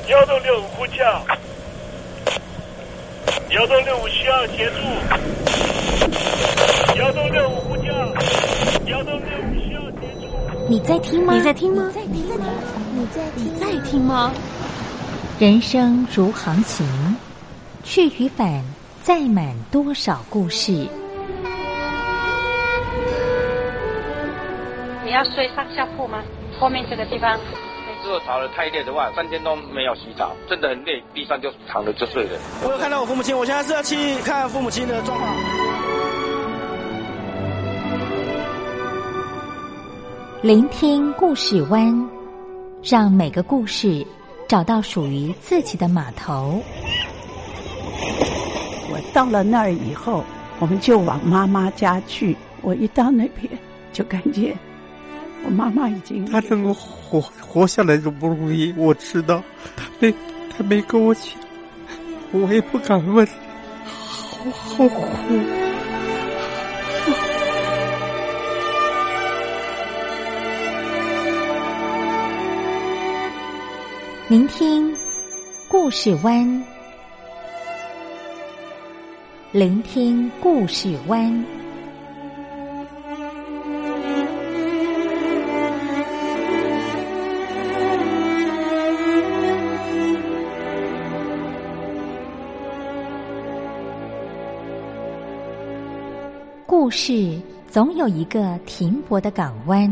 165呼叫，165需要协助，165呼叫，165需要协助。 你在听吗？ 你在听吗？ 你在听吗？ 人生如航行，去与返，载满多少故事。 你要睡上下铺吗？后面这个地方。 如果吵得太累的话，3天都没有洗澡，真的很累，地上就躺着就睡了。 我有看到我父母亲，我现在是要去看父母亲的状况。 聆听故事湾，让每个故事找到属于自己的码头。 我到了那儿以后，我们就往妈妈家去。我一到那边，就感觉我妈妈已经， 她能够活下来都不容易，我知道。她没跟我讲，我也不敢问，好苦。 聆听故事湾，聆听故事湾。故事总有一个停泊的港湾。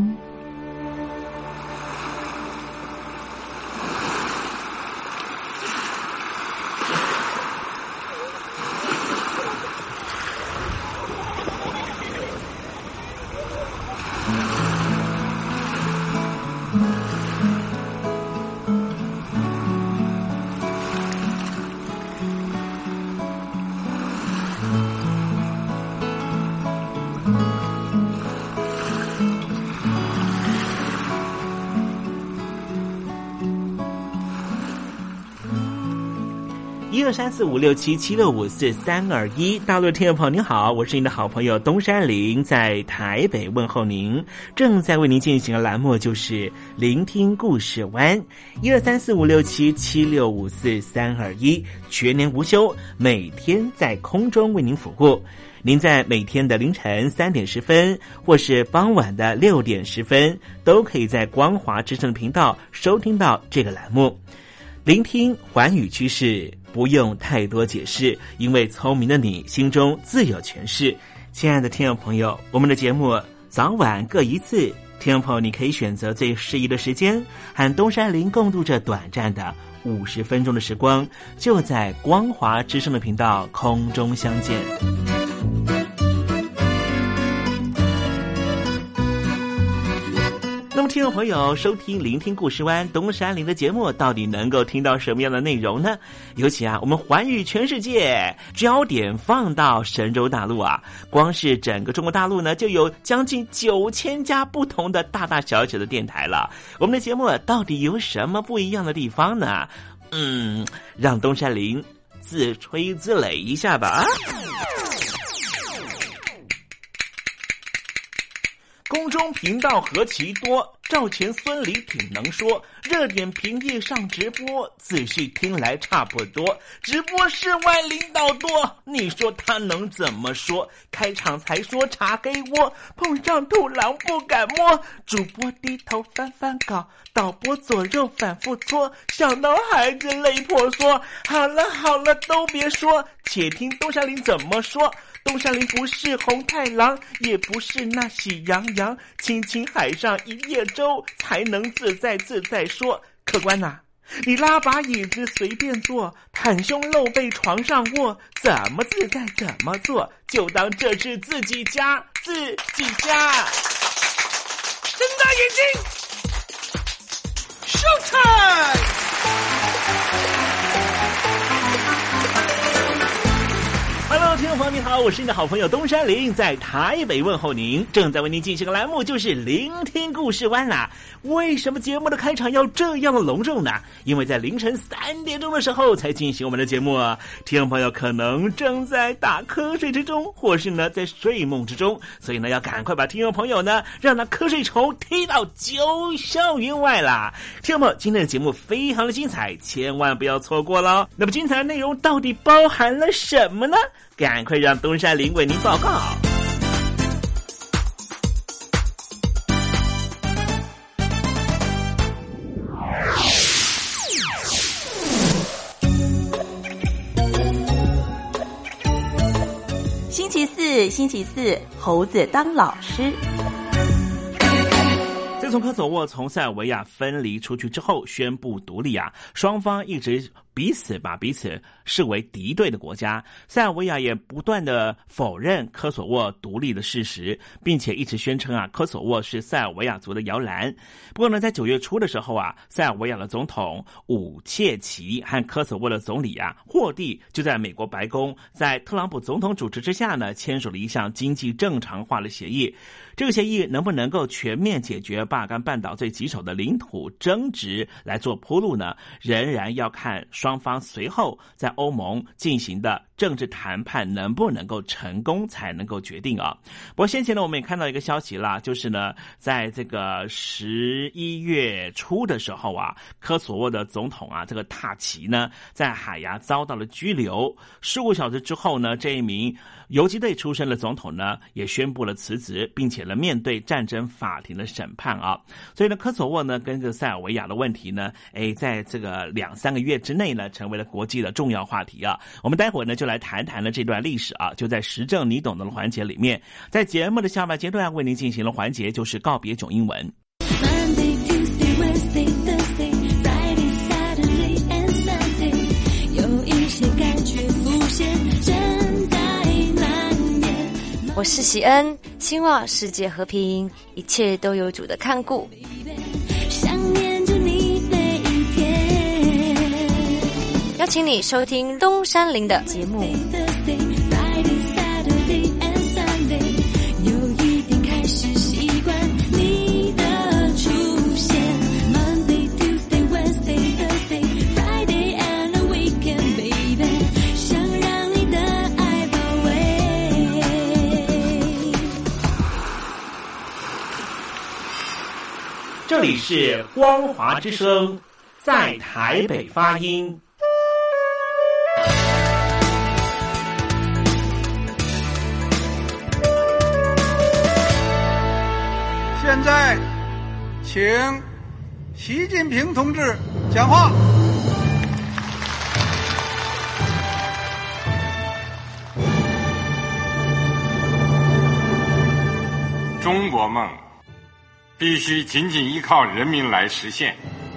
123456776543221，大陆的听众朋友您好，我是您的好朋友东山林，在台北问候您。正在为您进行的栏目就是聆听故事湾，123456776543221，全年无休，每天在空中为您服务。您在每天的凌晨3点10分，或是傍晚的6点10分，都可以在光华之声频道收听到这个栏目。聆听寰宇趋势，不用太多解释，因为聪明的你心中自有诠释。亲爱的听众朋友，我们的节目早晚各一次，听众朋友你可以选择最适宜的时间，和东山林共度这短暂的50分钟的时光，就在光华之声的频道空中相见。那么听众朋友收听聆听故事湾东山林的节目，到底能够听到什么样的内容呢？尤其我们寰宇全世界，焦点放到神州大陆光是整个中国大陆呢，就有将近9000家不同的大大小小的电台了。我们的节目到底有什么不一样的地方呢？让东山林自吹自擂一下吧。空中频道何其多，赵钱孙李挺能说，热点平地上直播，仔细听来差不多。直播室外领导多，你说他能怎么说？开场才说查黑窝，碰上土狼不敢摸。主播低头翻翻稿，导播左右反复搓，想到孩子泪婆娑。好了好了，都别说，且听东山林怎么说。东山林不是红太狼，也不是那喜羊羊，亲亲海上一叶舟，才能自在自在说。客官你拉把椅子随便坐，袒胸露背床上卧，怎么自在怎么做，就当这是自己家，自己家。睁大眼睛 ，Showtime！Hello， 听众朋友您你好，我是你的好朋友东山林，在台北问候您。正在为您进行的栏目就是聆听故事湾啦。为什么节目的开场要这样的隆重呢？因为在凌晨3点钟的时候才进行我们的节目啊。听众朋友可能正在打瞌睡之中，或是呢在睡梦之中，所以呢要赶快把听众朋友呢让那瞌睡虫踢到九霄云外啦。听众朋友，今天的节目非常的精彩，千万不要错过了。那么精彩的内容到底包含了什么呢？赶快让东山林为您报告。 星期四，猴子当老师。 自从科索沃从塞尔维亚分离出去之后，宣布独立啊，双方一直把彼此视为敌对的国家。塞尔维亚也不断的否认科索沃独立的事实，并且一直宣称啊，科索沃是塞尔维亚族的摇篮。不过呢，在9月初的时候啊，塞尔维亚的总统武切奇和科索沃的总理啊霍蒂就在美国白宫，在特朗普总统主持之下呢，签署了一项经济正常化的协议。这个协议能不能够全面解决巴干半岛最棘手的领土争执来做铺路呢？仍然要看双方随后在欧盟进行的政治谈判能不能够成功才能够决定啊。不过先前呢，我们也看到一个消息啦，就是呢，在这个11月初的时候啊，科索沃的总统啊，这个塔奇呢，在海牙遭到了拘留。15小时之后呢，这一名游击队出身的总统呢，也宣布了辞职，并且呢，面对战争法庭的审判啊。所以呢，科索沃呢，跟这个塞尔维亚的问题呢，在这个2-3个月之内呢，成为了国际的重要话题啊。我们待会儿呢，就来谈谈了这段历史啊，就在时政你懂得的环节里面，在节目的下半阶段为您进行了环节，就是告别囧英文。 我是喜恩，希望世界和平，一切都有主的看顾。想念着你每一天，邀请你收听东山林的节目。 这里是光华之声，在台北发音。 现在，请习近平同志讲话。 中国梦必须紧紧依靠人民来实现。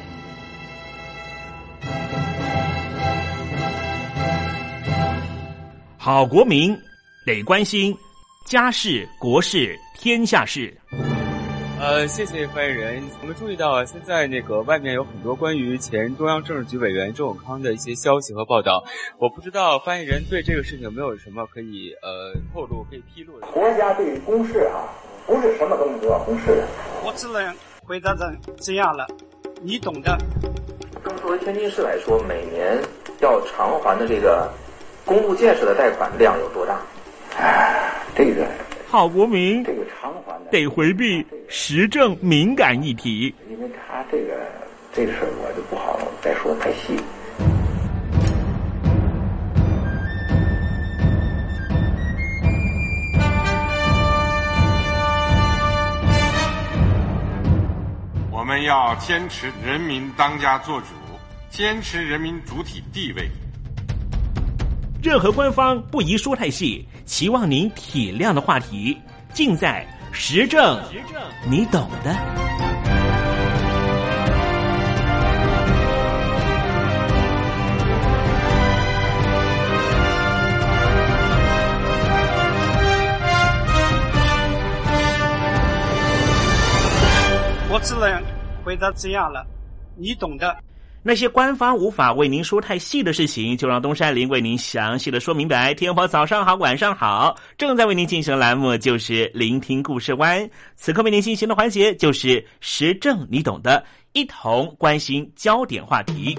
好国民得关心家事、国事、天下事。 谢谢发言人。我们注意到现在外面有很多关于前中央政治局委员周永康的一些消息和报道。我不知道发言人对这个事情有没有什么可以透露、可以披露的。 国家对于公事啊，不是什么东西都要公示的。 我只能回答成这样了，你懂的。 作为天津市来说，每年要偿还的这个公路建设的贷款量有多大？这个好国民这个偿还的得回避时政敏感议题， 因为他这个事儿我就不好再说太细。 我们要坚持人民当家作主，坚持人民主体地位。 任何官方不宜说太细，期望您体谅的话题，尽在时政你懂的。 我只能回答这样了，你懂的。 那些官方无法为您说太细的事情，就让东山林为您详细的说明白。天婆早上好，晚上好，正在为您进行的栏目就是聆听故事湾。此刻为您进行的环节就是时政你懂的，一同关心焦点话题。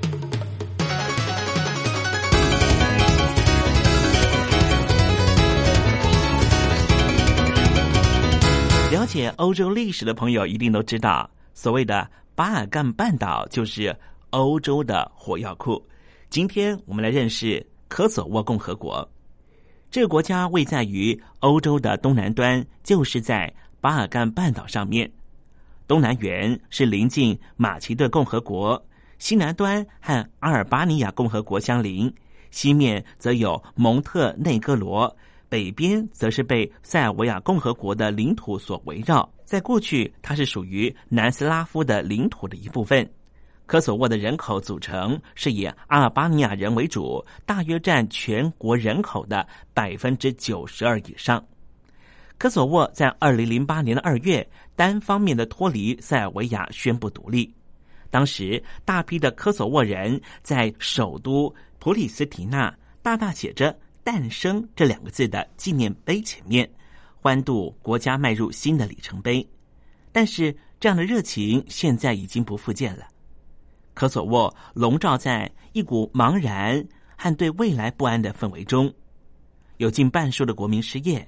了解欧洲历史的朋友一定都知道，所谓的巴尔干半岛就是欧洲的火药库。今天我们来认识科索沃共和国。这个国家位在于欧洲的东南端，就是在巴尔干半岛上面。东南缘是临近马其顿共和国，西南端和阿尔巴尼亚共和国相邻，西面则有蒙特内哥罗，北边则是被塞尔维亚共和国的领土所围绕。在过去，它是属于南斯拉夫的领土的一部分。科索沃的人口组成是以阿尔巴尼亚人为主，大约占全国人口的 92% 以上。科索沃在2008年的2月单方面的脱离塞尔维亚，宣布独立。当时大批的科索沃人在首都普里斯提纳大大写着诞生这2个字的纪念碑前面，欢度国家迈入新的里程碑。但是这样的热情现在已经不复见了。科索沃笼罩在一股茫然和对未来不安的氛围中，有近半数的国民失业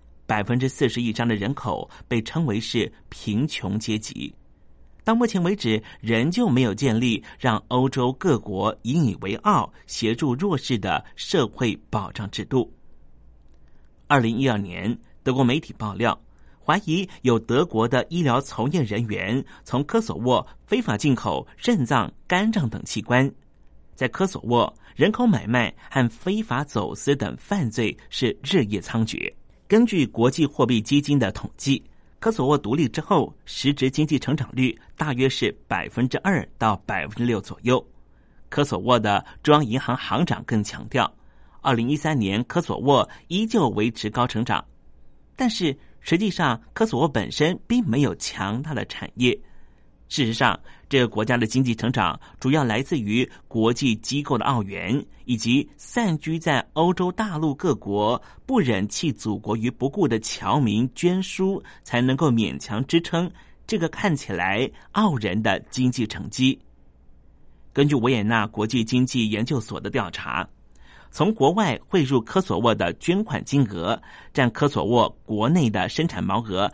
，40%以上的人口被称为是贫穷阶级。到目前为止，仍旧没有建立让欧洲各国引以为傲、协助弱势的社会保障制度。2012年，德国媒体爆料，怀疑有德国的医疗从业人员从科索沃非法进口肾脏、肝脏等器官。在科索沃，人口买卖和非法走私等犯罪是日夜猖獗。根据国际货币基金的统计，科索沃独立之后，实质经济成长率大约是 2% 到 6% 左右。科索沃的中央银行行长更强调，2013年科索沃依旧维持高成长，但是实际上科索沃本身并没有强大的产业。事实上，这个国家的经济成长主要来自于国际机构的澳元，以及散居在欧洲大陆各国不忍弃祖国于不顾的侨民捐书，才能够勉强支撑这个看起来傲人的经济成绩。根据维也纳国际经济研究所的调查，从国外汇入科索沃的捐款金额占科索沃国内的生产毛额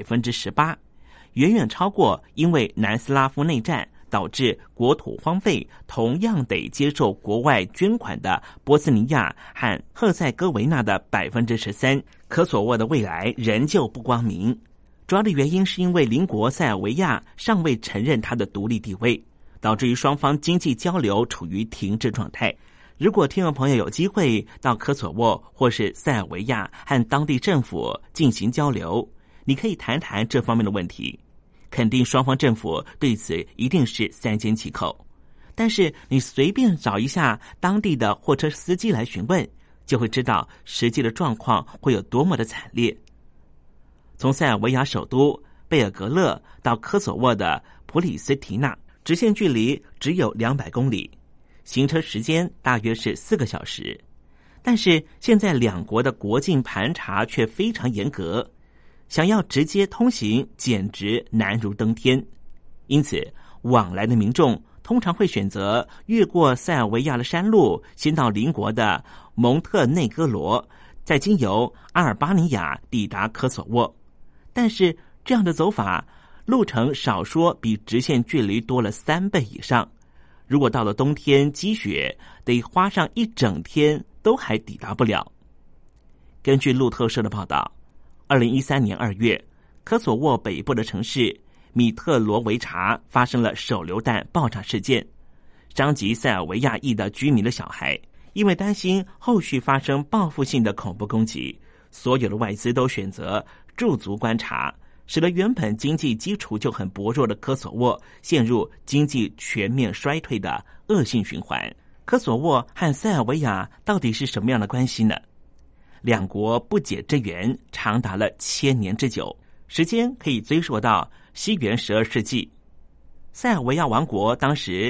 18%，远远超过因为南斯拉夫内战导致国土荒废，同样得接受国外捐款的波斯尼亚和赫塞哥维那的 13%。 科索沃的未来仍旧不光明，主要的原因是因为邻国塞尔维亚尚未承认它的独立地位，导致于双方经济交流处于停滞状态。如果听众朋友有机会到科索沃或是塞尔维亚和当地政府进行交流，你可以谈谈这方面的问题，肯定双方政府对此一定是三缄其口。但是你随便找一下当地的货车司机来询问，就会知道实际的状况会有多么的惨烈。从塞尔维亚首都贝尔格勒到科索沃的普里斯提纳，直线距离只有200公里，行车时间大约是4个小时。但是现在两国的国境盘查却非常严格，想要直接通行简直难如登天。因此往来的民众通常会选择越过塞尔维亚的山路，先到邻国的蒙特内哥罗，再经由阿尔巴尼亚抵达科索沃。但是这样的走法路程少说比直线距离多了3倍以上，如果到了冬天积雪，得花上1整天都还抵达不了。根据路透社的报道，2013年2月，科索沃北部的城市米特罗维察发生了手榴弹爆炸事件，伤及塞尔维亚裔的居民的小孩。因为担心后续发生报复性的恐怖攻击，所有的外资都选择驻足观察，使得原本经济基础就很薄弱的科索沃陷入经济全面衰退的恶性循环。科索沃和塞尔维亚到底是什么样的关系呢？两国不解之缘长达了1000年之久，时间可以追溯到西元12世纪。塞尔维亚王国当时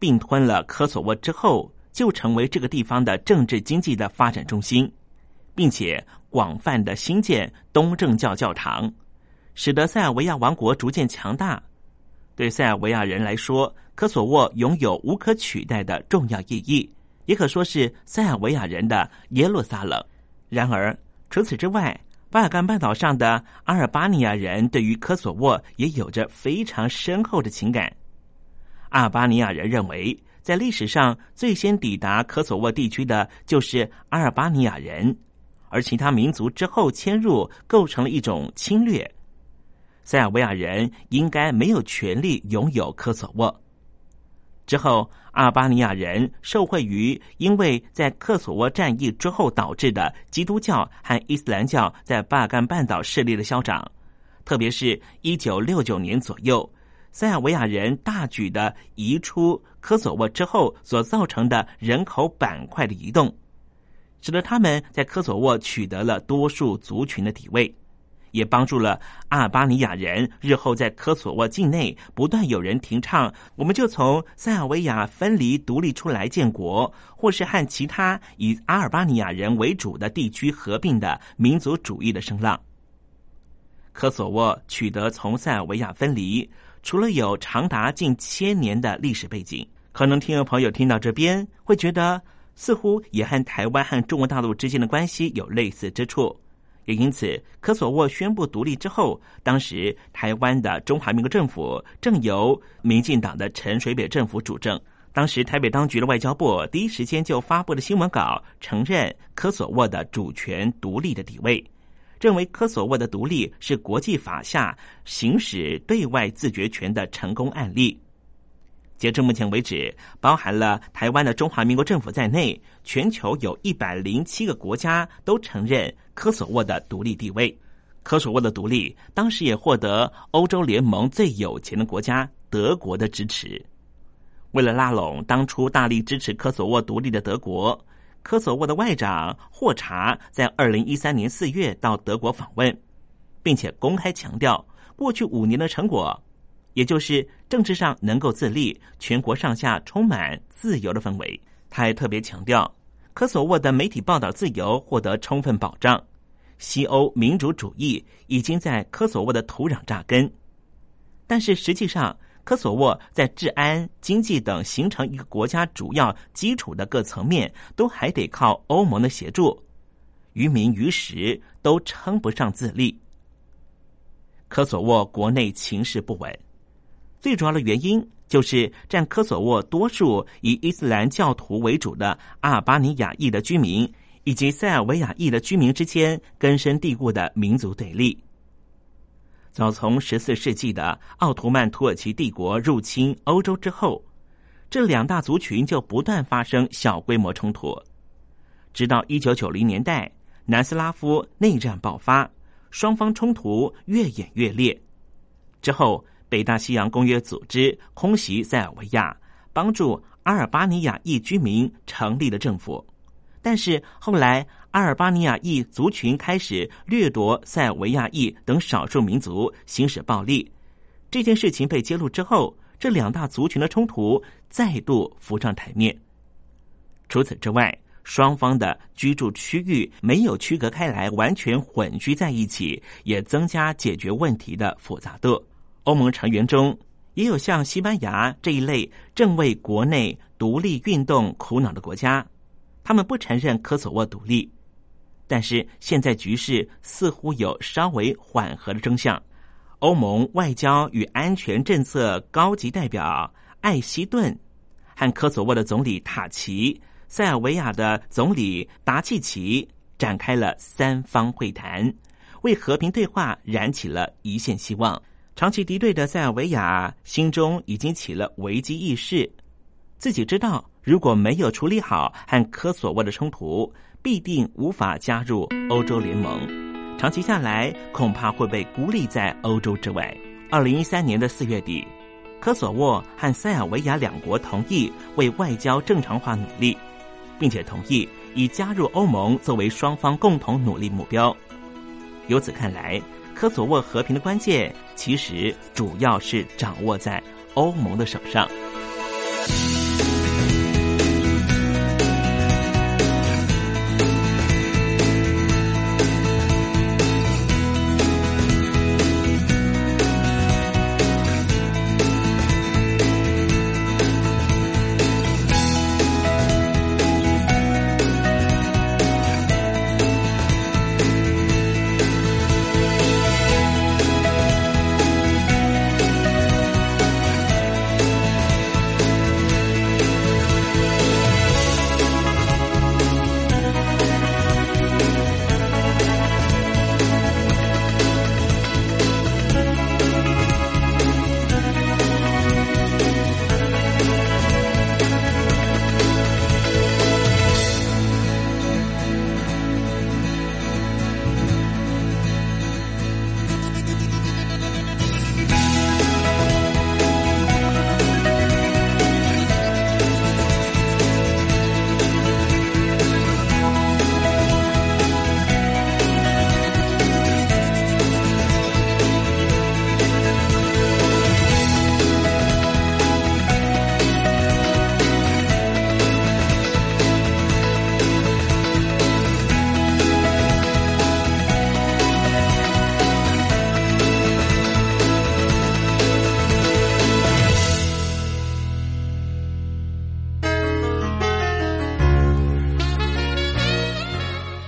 并吞了科索沃之后，就成为这个地方的政治经济的发展中心，并且广泛的兴建东正教教堂，使得塞尔维亚王国逐渐强大。对塞尔维亚人来说，科索沃拥有无可取代的重要意义，也可说是塞尔维亚人的耶路撒冷。然而除此之外，巴尔干半岛上的阿尔巴尼亚人对于科索沃也有着非常深厚的情感。阿尔巴尼亚人认为，在历史上最先抵达科索沃地区的就是阿尔巴尼亚人，而其他民族之后迁入构成了一种侵略。塞尔维亚人应该没有权利拥有科索沃。之后，阿尔巴尼亚人受惠于因为在科索沃战役之后导致的基督教和伊斯兰教在巴尔干半岛势力的消长，特别是1969年左右，塞尔维亚人大举的移出科索沃之后所造成的人口板块的移动，使得他们在科索沃取得了多数族群的地位，也帮助了阿尔巴尼亚人日后在科索沃境内不断有人提倡，我们就从塞尔维亚分离独立出来建国，或是和其他以阿尔巴尼亚人为主的地区合并的民族主义的声浪。科索沃取得从塞尔维亚分离，除了有长达近1000年的历史背景，可能听众朋友听到这边会觉得似乎也和台湾和中国大陆之间的关系有类似之处。也因此，科索沃宣布独立之后，当时台湾的中华民国政府正由民进党的陈水扁政府主政。当时台北当局的外交部第一时间就发布了新闻稿，承认科索沃的主权独立的地位，认为科索沃的独立是国际法下行使对外自决权的成功案例。截至目前为止，包含了台湾的中华民国政府在内，全球有107个国家都承认科索沃的独立地位。科索沃的独立当时也获得欧洲联盟最有钱的国家德国的支持。为了拉拢当初大力支持科索沃独立的德国，科索沃的外长霍查在2013年4月到德国访问，并且公开强调过去5年的成果，也就是政治上能够自立，全国上下充满自由的氛围。他还特别强调，科索沃的媒体报道自由获得充分保障，西欧民主主义已经在科索沃的土壤扎根。但是实际上，科索沃在治安、经济等形成一个国家主要基础的各层面，都还得靠欧盟的协助，于民于时都称不上自立。科索沃国内情势不稳，最主要的原因就是占科索沃多数以伊斯兰教徒为主的阿尔巴尼亚裔的居民以及塞尔维亚裔的居民之间根深蒂固的民族对立。早从14世纪的奥图曼土耳其帝国入侵欧洲之后，这2大族群就不断发生小规模冲突，直到1990年代南斯拉夫内战爆发，双方冲突越演越烈。之后北大西洋公约组织空袭塞尔维亚，帮助阿尔巴尼亚裔居民成立了政府。但是后来阿尔巴尼亚裔族群开始掠夺塞尔维亚裔等少数民族，行使暴力。这件事情被揭露之后，这2大族群的冲突再度浮上台面。除此之外，双方的居住区域没有区隔开来，完全混居在一起，也增加解决问题的复杂度。欧盟成员中也有像西班牙这一类正为国内独立运动苦恼的国家，他们不承认科索沃独立。但是现在局势似乎有稍微缓和的征象。欧盟外交与安全政策高级代表艾希顿和科索沃的总理塔奇、塞尔维亚的总理达契奇展开了3方会谈，为和平对话燃起了一线希望。长期敌对的塞尔维亚心中已经起了危机意识，自己知道如果没有处理好和科索沃的冲突，必定无法加入欧洲联盟，长期下来恐怕会被孤立在欧洲之外。2013年的4月底，科索沃和塞尔维亚2国同意为外交正常化努力，并且同意以加入欧盟作为双方共同努力目标。由此看来，科索沃和平的关键其实主要是掌握在欧盟的手上。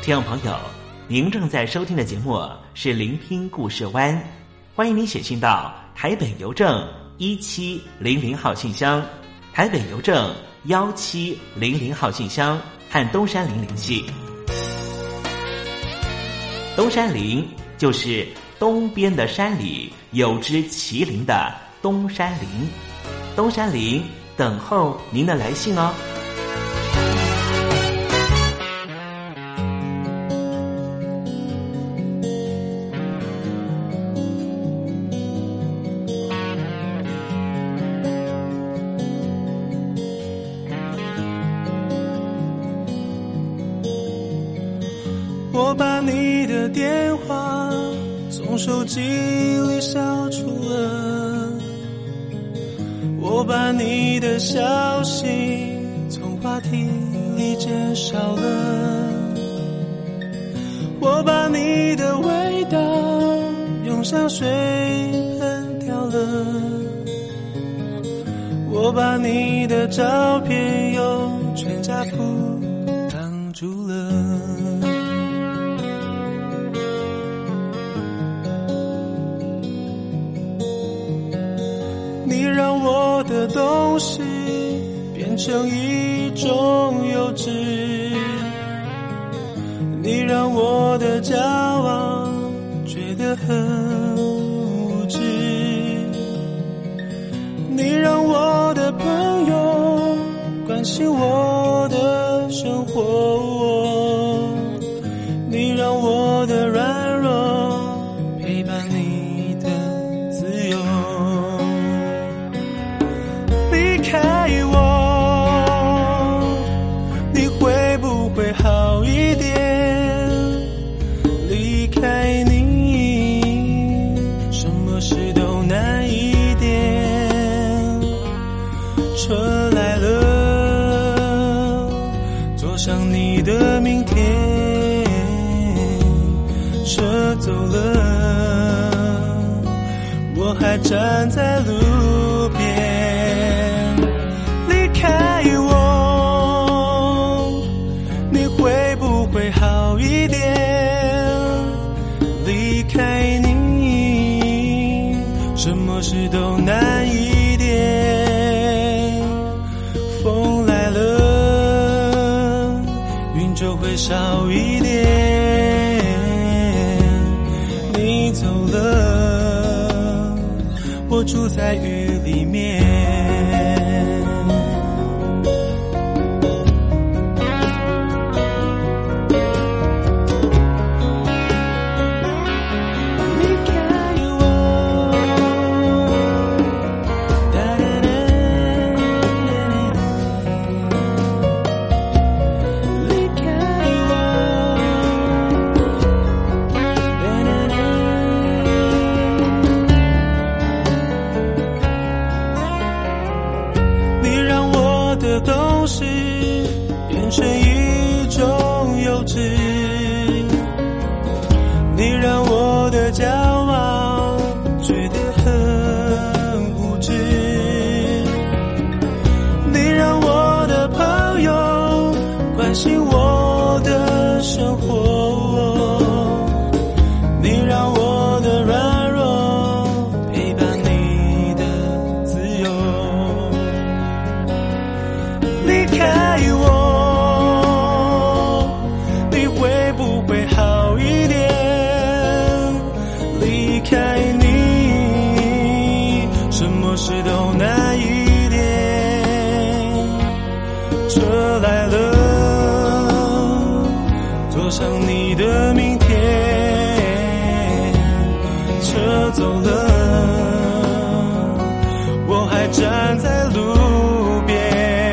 听众朋友，您正在收听的节目是聆听故事湾，欢迎您写信到台北邮政1700号信箱，台北邮政1700号信箱，和东山林联系。东山林就是东边的山里有只麒麟的东山林，东山林等候您的来信哦。 我把你的电话从手机里消除了，我把你的消息从话题里减少了，我把你的味道用香水喷掉了，我把你的照片用全家福挡住了。你让我的东西变成一种幼稚，你让我的交往觉得很无知，你让我的朋友关心我的生活，你让我的软弱陪伴你的自由。离开我，你会不会好一点？离开你，什么事都难一点。车来了，坐上你的明天。车走了，我还站在路边。离开我，你会不会好一点？离开你，什么事都难一点。风来了，云就会少一点。你走了，我住在雨里面。东西变成一种幼稚，你让我的交往觉得很无知，你让我的朋友关心我的生活，你让我的软弱陪伴你的自由。离开我，你会不会好一点？离开你，什么事都难一点。车来了，坐上你的明天。车走了，我还站在路边。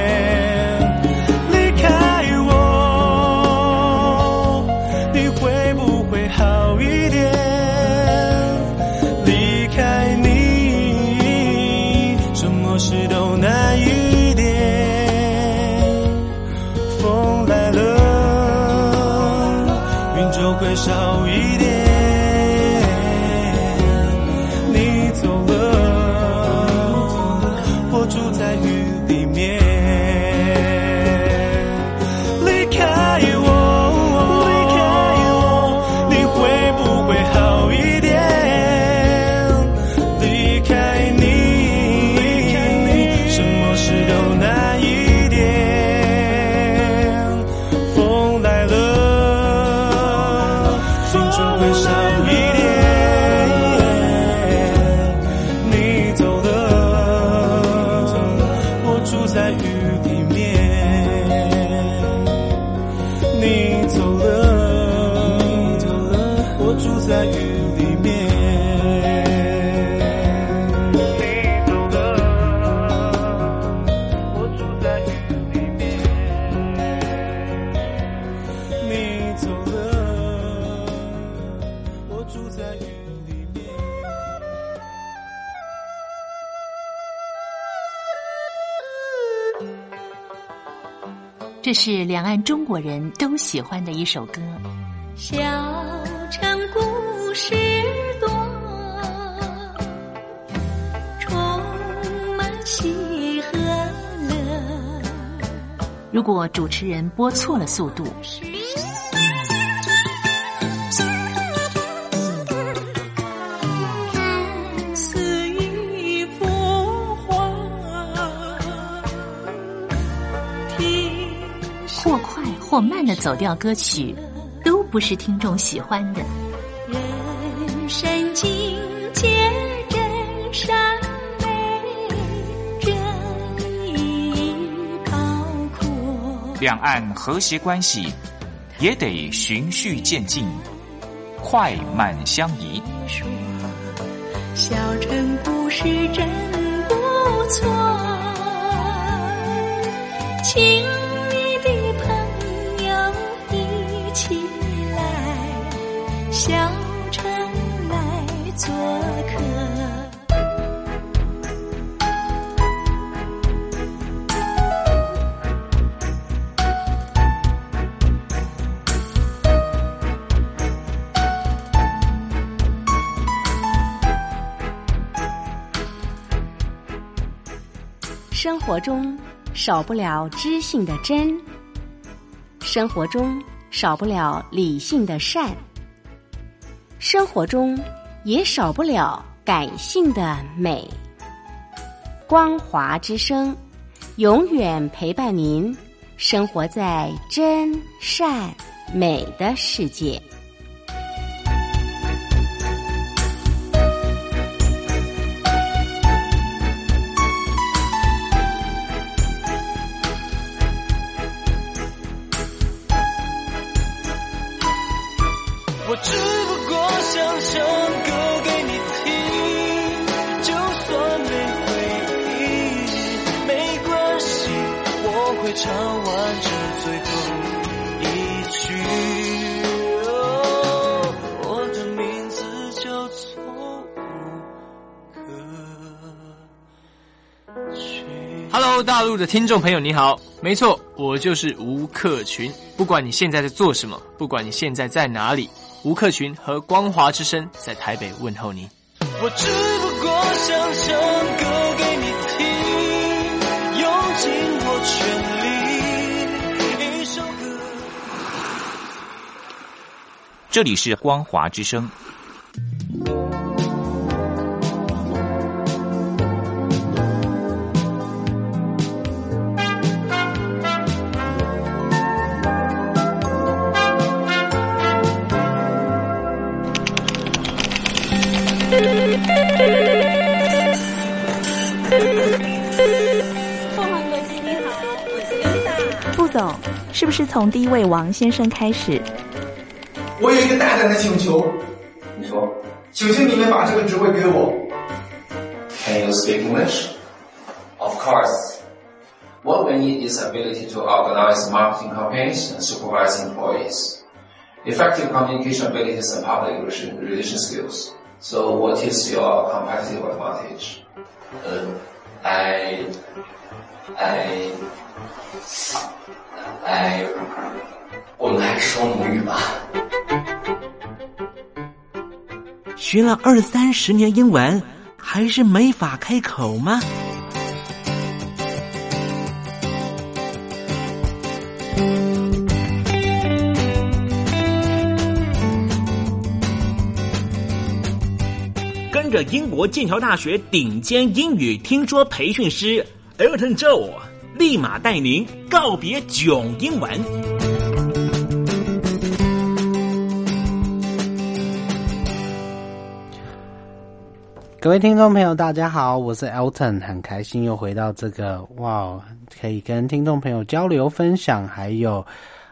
事都难一点，风来了，云就会少一点。你走了，我住在雨里面。离开我，离开在雨里面。你走了，我住在雨里面。 这是两岸中国人都喜欢的一首歌。 小城故事多，充满喜和乐。 如果主持人播错了速度， 看似一幅画， 或快或慢的走调歌曲，都不是听众喜欢的。 人生境界真善美，真意高阔。 两岸和谐关系也得循序渐进，快慢相宜。 小城故事真不错，请你的朋友一起来，小城来做客。 生活中少不了知性的真，生活中少不了理性的善，生活中也少不了感性的美。光华之声永远陪伴您，生活在真善美的世界。 我只不过想唱歌给你听，就算没回应没关系，我会唱完这最后一句。我的名字叫做吴克群。 Hello， 大陆的听众朋友你好，没错，我就是吴克群。不管你现在在做什么，不管你现在在哪里，吴克群和光华之声在台北问候你。 我只不过想唱歌给你听，用尽我全力，一首歌。 这里是光华之声。 凤凰国际你好，我是刘大。 副总，是不是从第一位王先生开始？ 我有一个大胆的请求，你说，请你们把这个职位给我。 Can you speak English? Of course. What we need is ability to organize marketing campaigns and supervise employees, effective communication abilities and public relation skills. So what is your competitive advantage? 我们还是说母语吧。 学了20-30年英文，还是没法开口吗？跟着英国剑桥大学顶尖英语听说培训师 Elton Joe， 立马带您告别囧英文。 各位听众朋友大家好，我是 Elton， 很开心又回到这个可以跟听众朋友交流分享，还有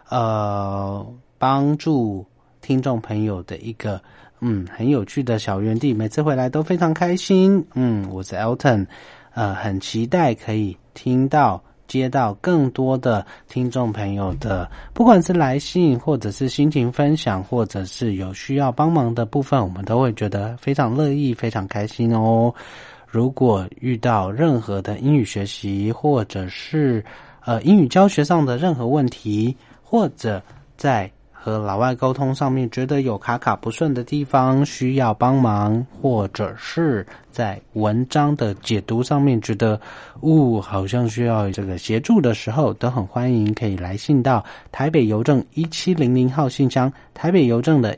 帮助听众朋友的一个很有趣的小园地，每次回来都非常开心。我是 Elton， 很期待可以接到更多的听众朋友的，不管是来信或者是心情分享，或者是有需要帮忙的部分，我们都会觉得非常乐意，非常开心哦。如果遇到任何的英语学习，或者是英语教学上的任何问题，或者在和老外沟通上面觉得有卡不顺的地方需要帮忙，或者是在文章的解读上面觉得好像需要这个协助的时候，都很欢迎可以来信到台北邮政1700号信箱，台北邮政的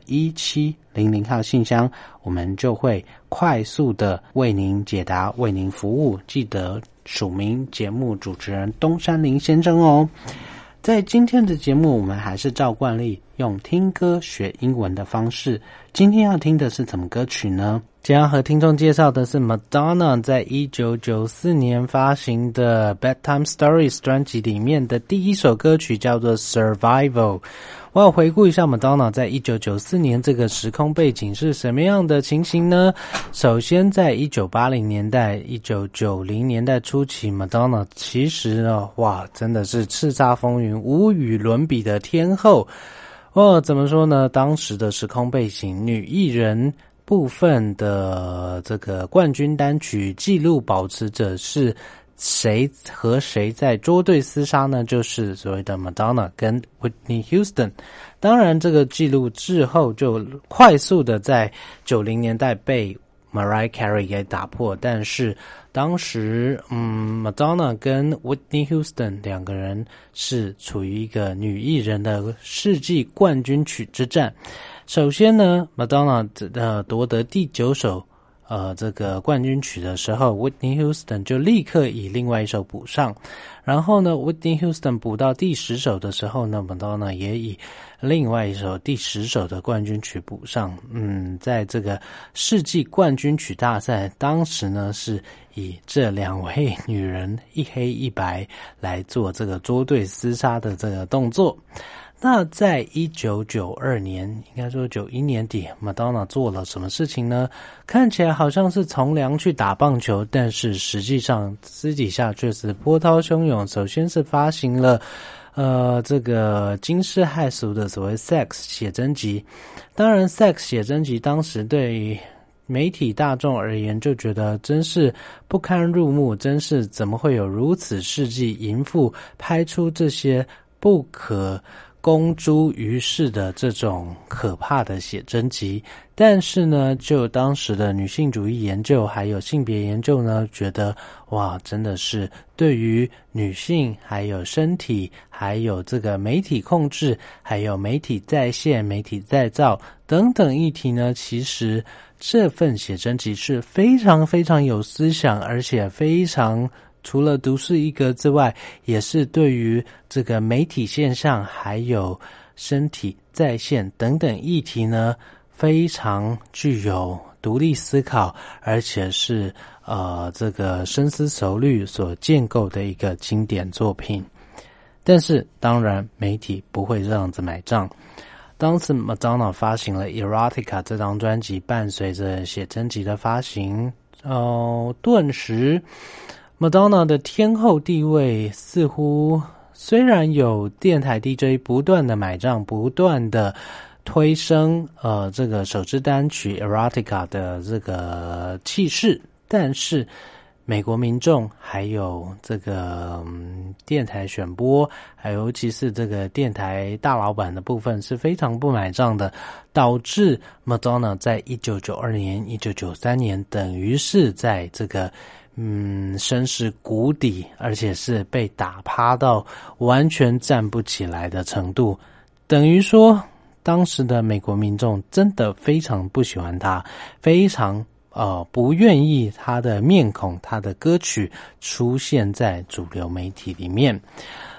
1700号信箱，我们就会快速的为您解答，为您服务，记得署名节目主持人东山林先生哦。在今天的节目，我们还是照惯例用听歌学英文的方式。今天要听的是什么歌曲呢？今天要和听众介绍的是 Madonna 在1994年发行的 Bedtime Stories 专辑里面的第一首歌曲，叫做 Survival。我要回顾一下 Madonna 在1994年这个时空背景是什么样的情形呢？首先在1980年代、1990年代初期， Madonna 其实呢，真的是叱咤风云、无与伦比的天后。怎么说呢？当时的时空背景，女艺人部分的这个冠军单曲纪录保持者是谁和谁在捉对厮杀呢？就是所谓的 Madonna 跟 Whitney Houston。当然这个记录之后就快速的在90年代被 Mariah Carey 给打破，但是当时Madonna 跟 Whitney Houston 两个人是处于一个女艺人的世纪冠军曲之战。首先呢 Madonna 夺得第9首这个冠军曲的时候， Whitney Houston 就立刻以另外一首补上，然后呢 Whitney Houston 补到第10首的时候呢， Madonna 也以另外一首第10首的冠军曲补上。在这个世纪冠军曲大赛，当时呢是以这两位女人一黑一白来做这个捉对厮杀的这个动作。那在1992年，应该说91年底， Madonna 做了什么事情呢？看起来好像是从良去打棒球，但是实际上私底下却是波涛汹涌。首先是发行了这个惊世骇俗的所谓 Sex 写真集。当然 Sex 写真集当时对于媒体大众而言就觉得真是不堪入目，真是怎么会有如此世纪淫妇拍出这些不可公诸于世的这种可怕的写真集。但是呢，就当时的女性主义研究还有性别研究呢，觉得真的是对于女性还有身体还有这个媒体控制还有媒体再现、媒体再造等等议题呢，其实这份写真集是非常非常有思想，而且非常除了独树一格之外，也是对于这个媒体现象还有身体再现等等议题呢，非常具有独立思考，而且是这个深思熟虑所建构的一个经典作品。但是当然媒体不会这样子买账。当时 Madonna 发行了 Erotica 这张专辑，伴随着写真集的发行，顿时Madonna 的天后地位似乎虽然有电台 DJ 不断的买账，不断的推升这个首支单曲 Erotica 的这个气势，但是美国民众还有这个电台选播，还尤其是这个电台大老板的部分是非常不买账的，导致 Madonna 在1992年、1993年等于是在这个身世谷底，而且是被打趴到完全站不起来的程度。等于说当时的美国民众真的非常不喜欢他，非常不愿意他的面孔、他的歌曲出现在主流媒体里面。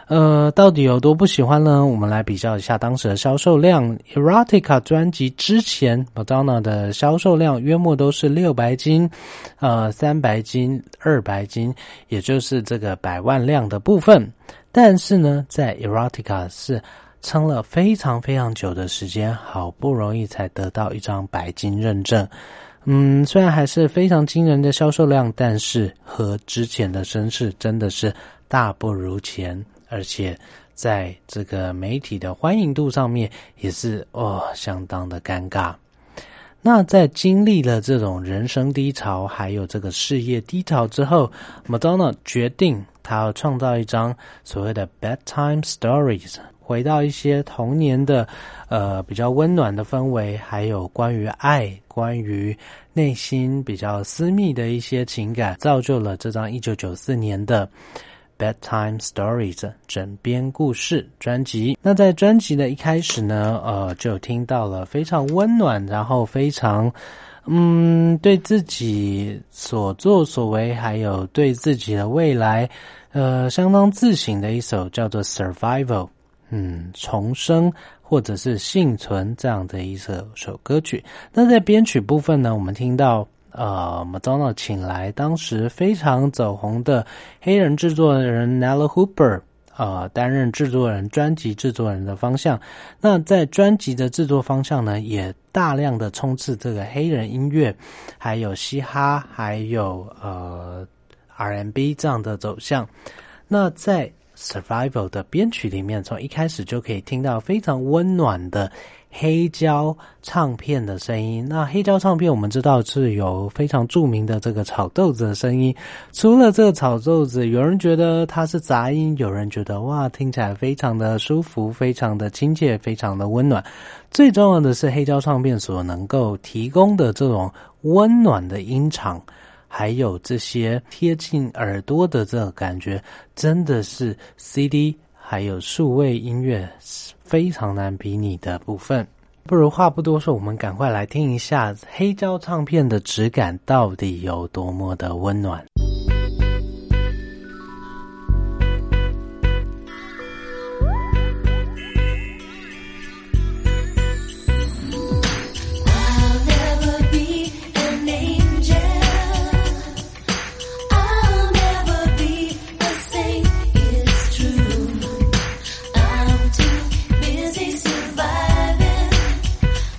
到底有多不喜欢呢？我们来比较一下当时的销售量。Erotica 专辑之前 Madonna 的销售量约莫都是6白金、3白金、2白金，也就是这个100万辆的部分。但是呢，在 Erotica 是撑了非常非常久的时间，好不容易才得到一张白金认证。虽然还是非常惊人的销售量，但是和之前的声势真的是大不如前。而且在这个媒体的欢迎度上面也是相当的尴尬。那在经历了这种人生低潮还有这个事业低潮之后， Madonna 决定她要创造一张所谓的 bedtime stories， 回到一些童年的比较温暖的氛围，还有关于爱，关于内心比较私密的一些情感，造就了这张1994年的Bedtime Stories 枕边故事专辑。那在专辑的一开始呢，就听到了非常温暖，然后非常对自己所作所为，还有对自己的未来相当自省的一首叫做 Survival， 重生或者是幸存这样的一首歌曲。那在编曲部分呢，我们听到Madonna 请来当时非常走红的黑人制作人 Nella Hooper 担任制作人，专辑制作人的方向。那在专辑的制作方向呢，也大量的冲刺这个黑人音乐，还有嘻哈，还有R&B 这样的走向。那在 Survival 的编曲里面，从一开始就可以听到非常温暖的黑胶唱片的声音。那黑胶唱片我们知道是有非常著名的这个炒豆子的声音，除了这个炒豆子，有人觉得它是杂音，有人觉得哇，听起来非常的舒服，非常的亲切，非常的温暖。最重要的是黑胶唱片所能够提供的这种温暖的音场，还有这些贴近耳朵的这个感觉，真的是 CD 还有数位音乐非常难比拟的部分。不如话不多说，我们赶快来听一下黑胶唱片的质感到底有多么的温暖。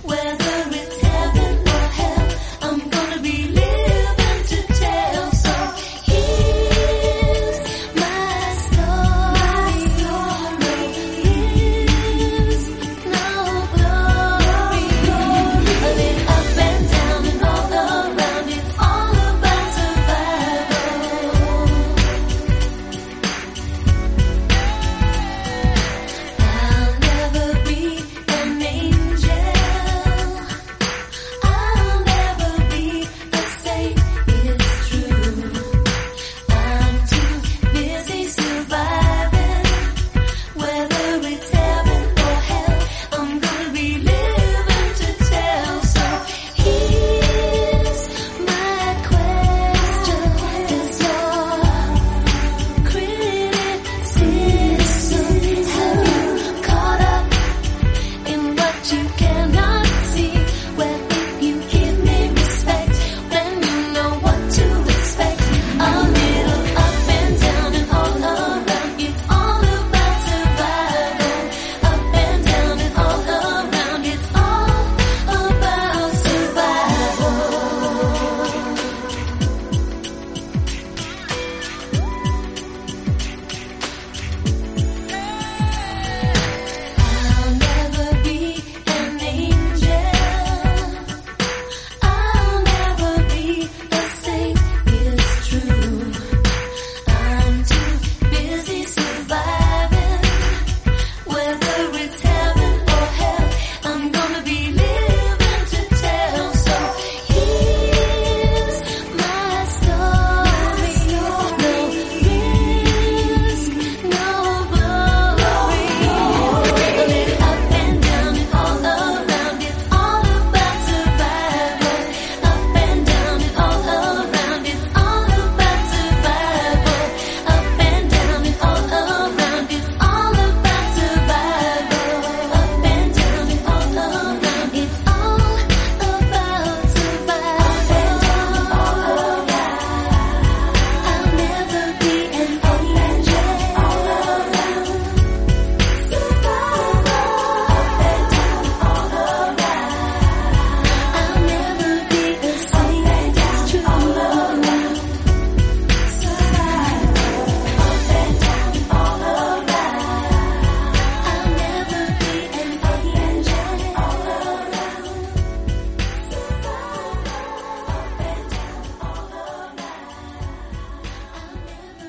Whether it's heaven or hell, I'm gonna be living to tell. So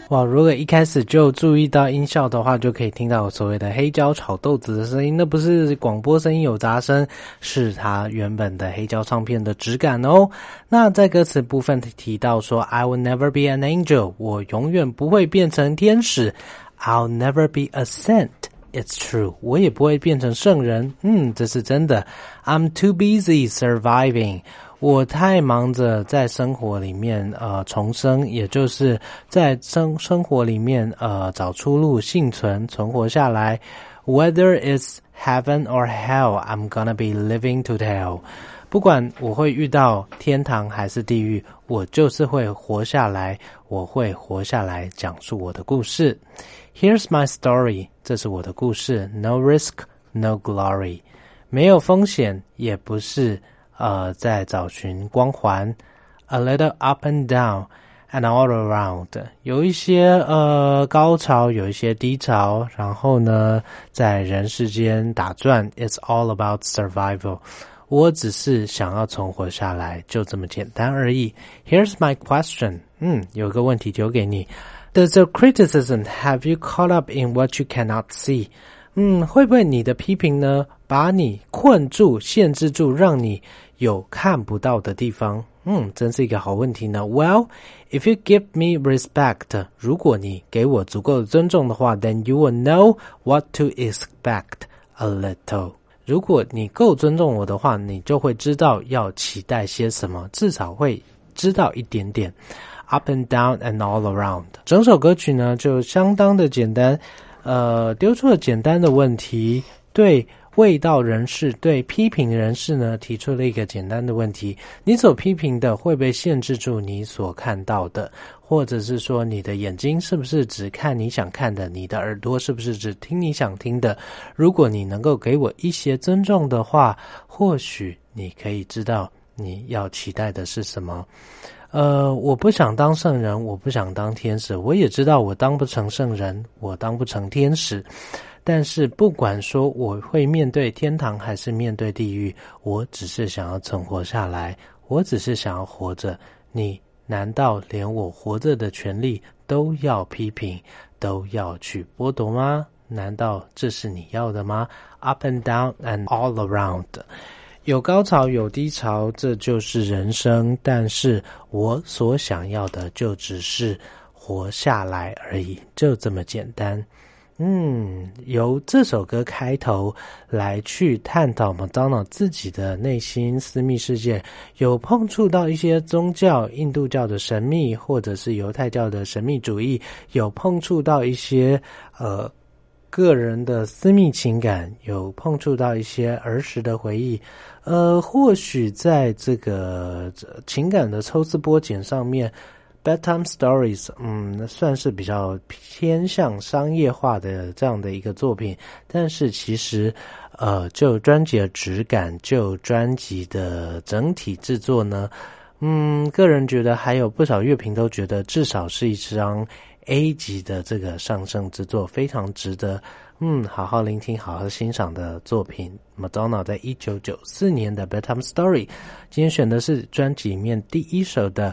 哇，如果一开始就注意到音效的话，就可以听到我所谓的黑椒炒豆子的声音，那不是广播声音有杂声，是它原本的黑胶唱片的质感哦。那在歌词部分提到说 I will never be an angel， 我永远不会变成天使， I'll never be a saint， It's true， 我也不会变成圣人，这是真的。 I'm too busy surviving，我太忙着在生活里面重生，也就是在生活里面找出路，幸存，存活下来。 Whether it's heaven or hell, I'm gonna be living to tell， 不管我会遇到天堂还是地狱，我就是会活下来，我会活下来讲述我的故事。 Here's my story， 这是我的故事。 No risk, no glory， 没有风险，也不是在找寻光环。 A little up and down and all around， 有一些高潮，有一些低潮，然后呢在人世间打转。 It's all about survival， 我只是想要存活下来，就这么简单而已。 Here's my question， 有个问题丢给你。 Does your criticism have you caught up in what you cannot see？会不会你的批评呢把你困住，限制住，让你有看不到的地方？真是一个好问题呢。 Well, if you give me respect， 如果你给我足够的尊重的话， then you will know what to expect a little， 如果你够尊重我的话，你就会知道要期待些什么，至少会知道一点点。 Up and down and all around， 整首歌曲呢就相当的简单，丢出了简单的问题，对卫道人士，对批评人士呢提出了一个简单的问题：你所批评的会不会限制住你所看到的？或者是说你的眼睛是不是只看你想看的？你的耳朵是不是只听你想听的？如果你能够给我一些尊重的话，或许你可以知道你要期待的是什么。我不想当圣人，我不想当天使，我也知道我当不成圣人，我当不成天使，但是不管说我会面对天堂还是面对地狱，我只是想要存活下来，我只是想要活着。你难道连我活着的权利都要批评，都要去剥夺吗？难道这是你要的吗？ Up and down and all around，有高潮有低潮，这就是人生，但是我所想要的就只是活下来而已，就这么简单。由这首歌开头来去探讨麦当劳自己的内心私密世界，有碰触到一些宗教，印度教的神秘，或者是犹太教的神秘主义，有碰触到一些个人的私密情感，有碰触到一些儿时的回忆，或许在这个情感的抽丝剥茧上面 Bedtime Stories 算是比较偏向商业化的这样的一个作品，但是其实就专辑的质感，就专辑的整体制作呢，个人觉得还有不少乐评都觉得至少是一张 A 级的这个上乘之作，非常值得好好聆听，好好欣赏的作品。Madonna 在1994年的 Bedtime Story， 今天选的是专辑里面第一首的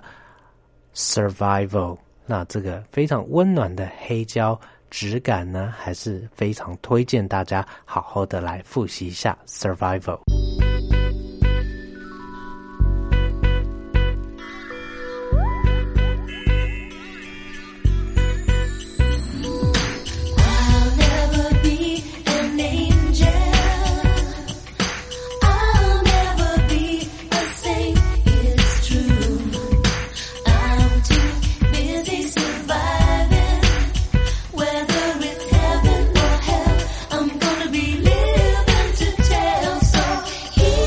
Survival， 那这个非常温暖的黑胶质感呢，还是非常推荐大家好好的来复习一下 Survival。 Here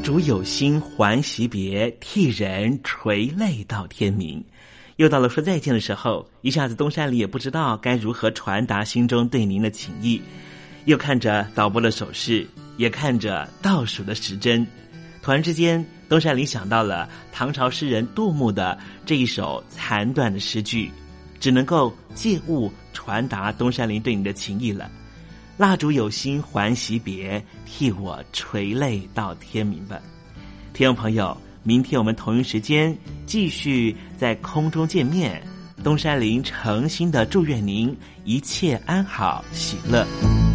烛有心还惜别，替人垂泪到天明。又到了说再见的时候，一下子东山里也不知道该如何传达心中对您的情意。又看着导播的手势，也看着倒数的时针，突然之间，东山里想到了唐朝诗人杜牧的这一首残断的诗句，只能够借物传达东山林对你的情意了。蜡烛有心还惜别，替我垂泪到天明吧。听众朋友，明天我们同一时间继续在空中见面。东山林诚心的祝愿您一切安好喜乐。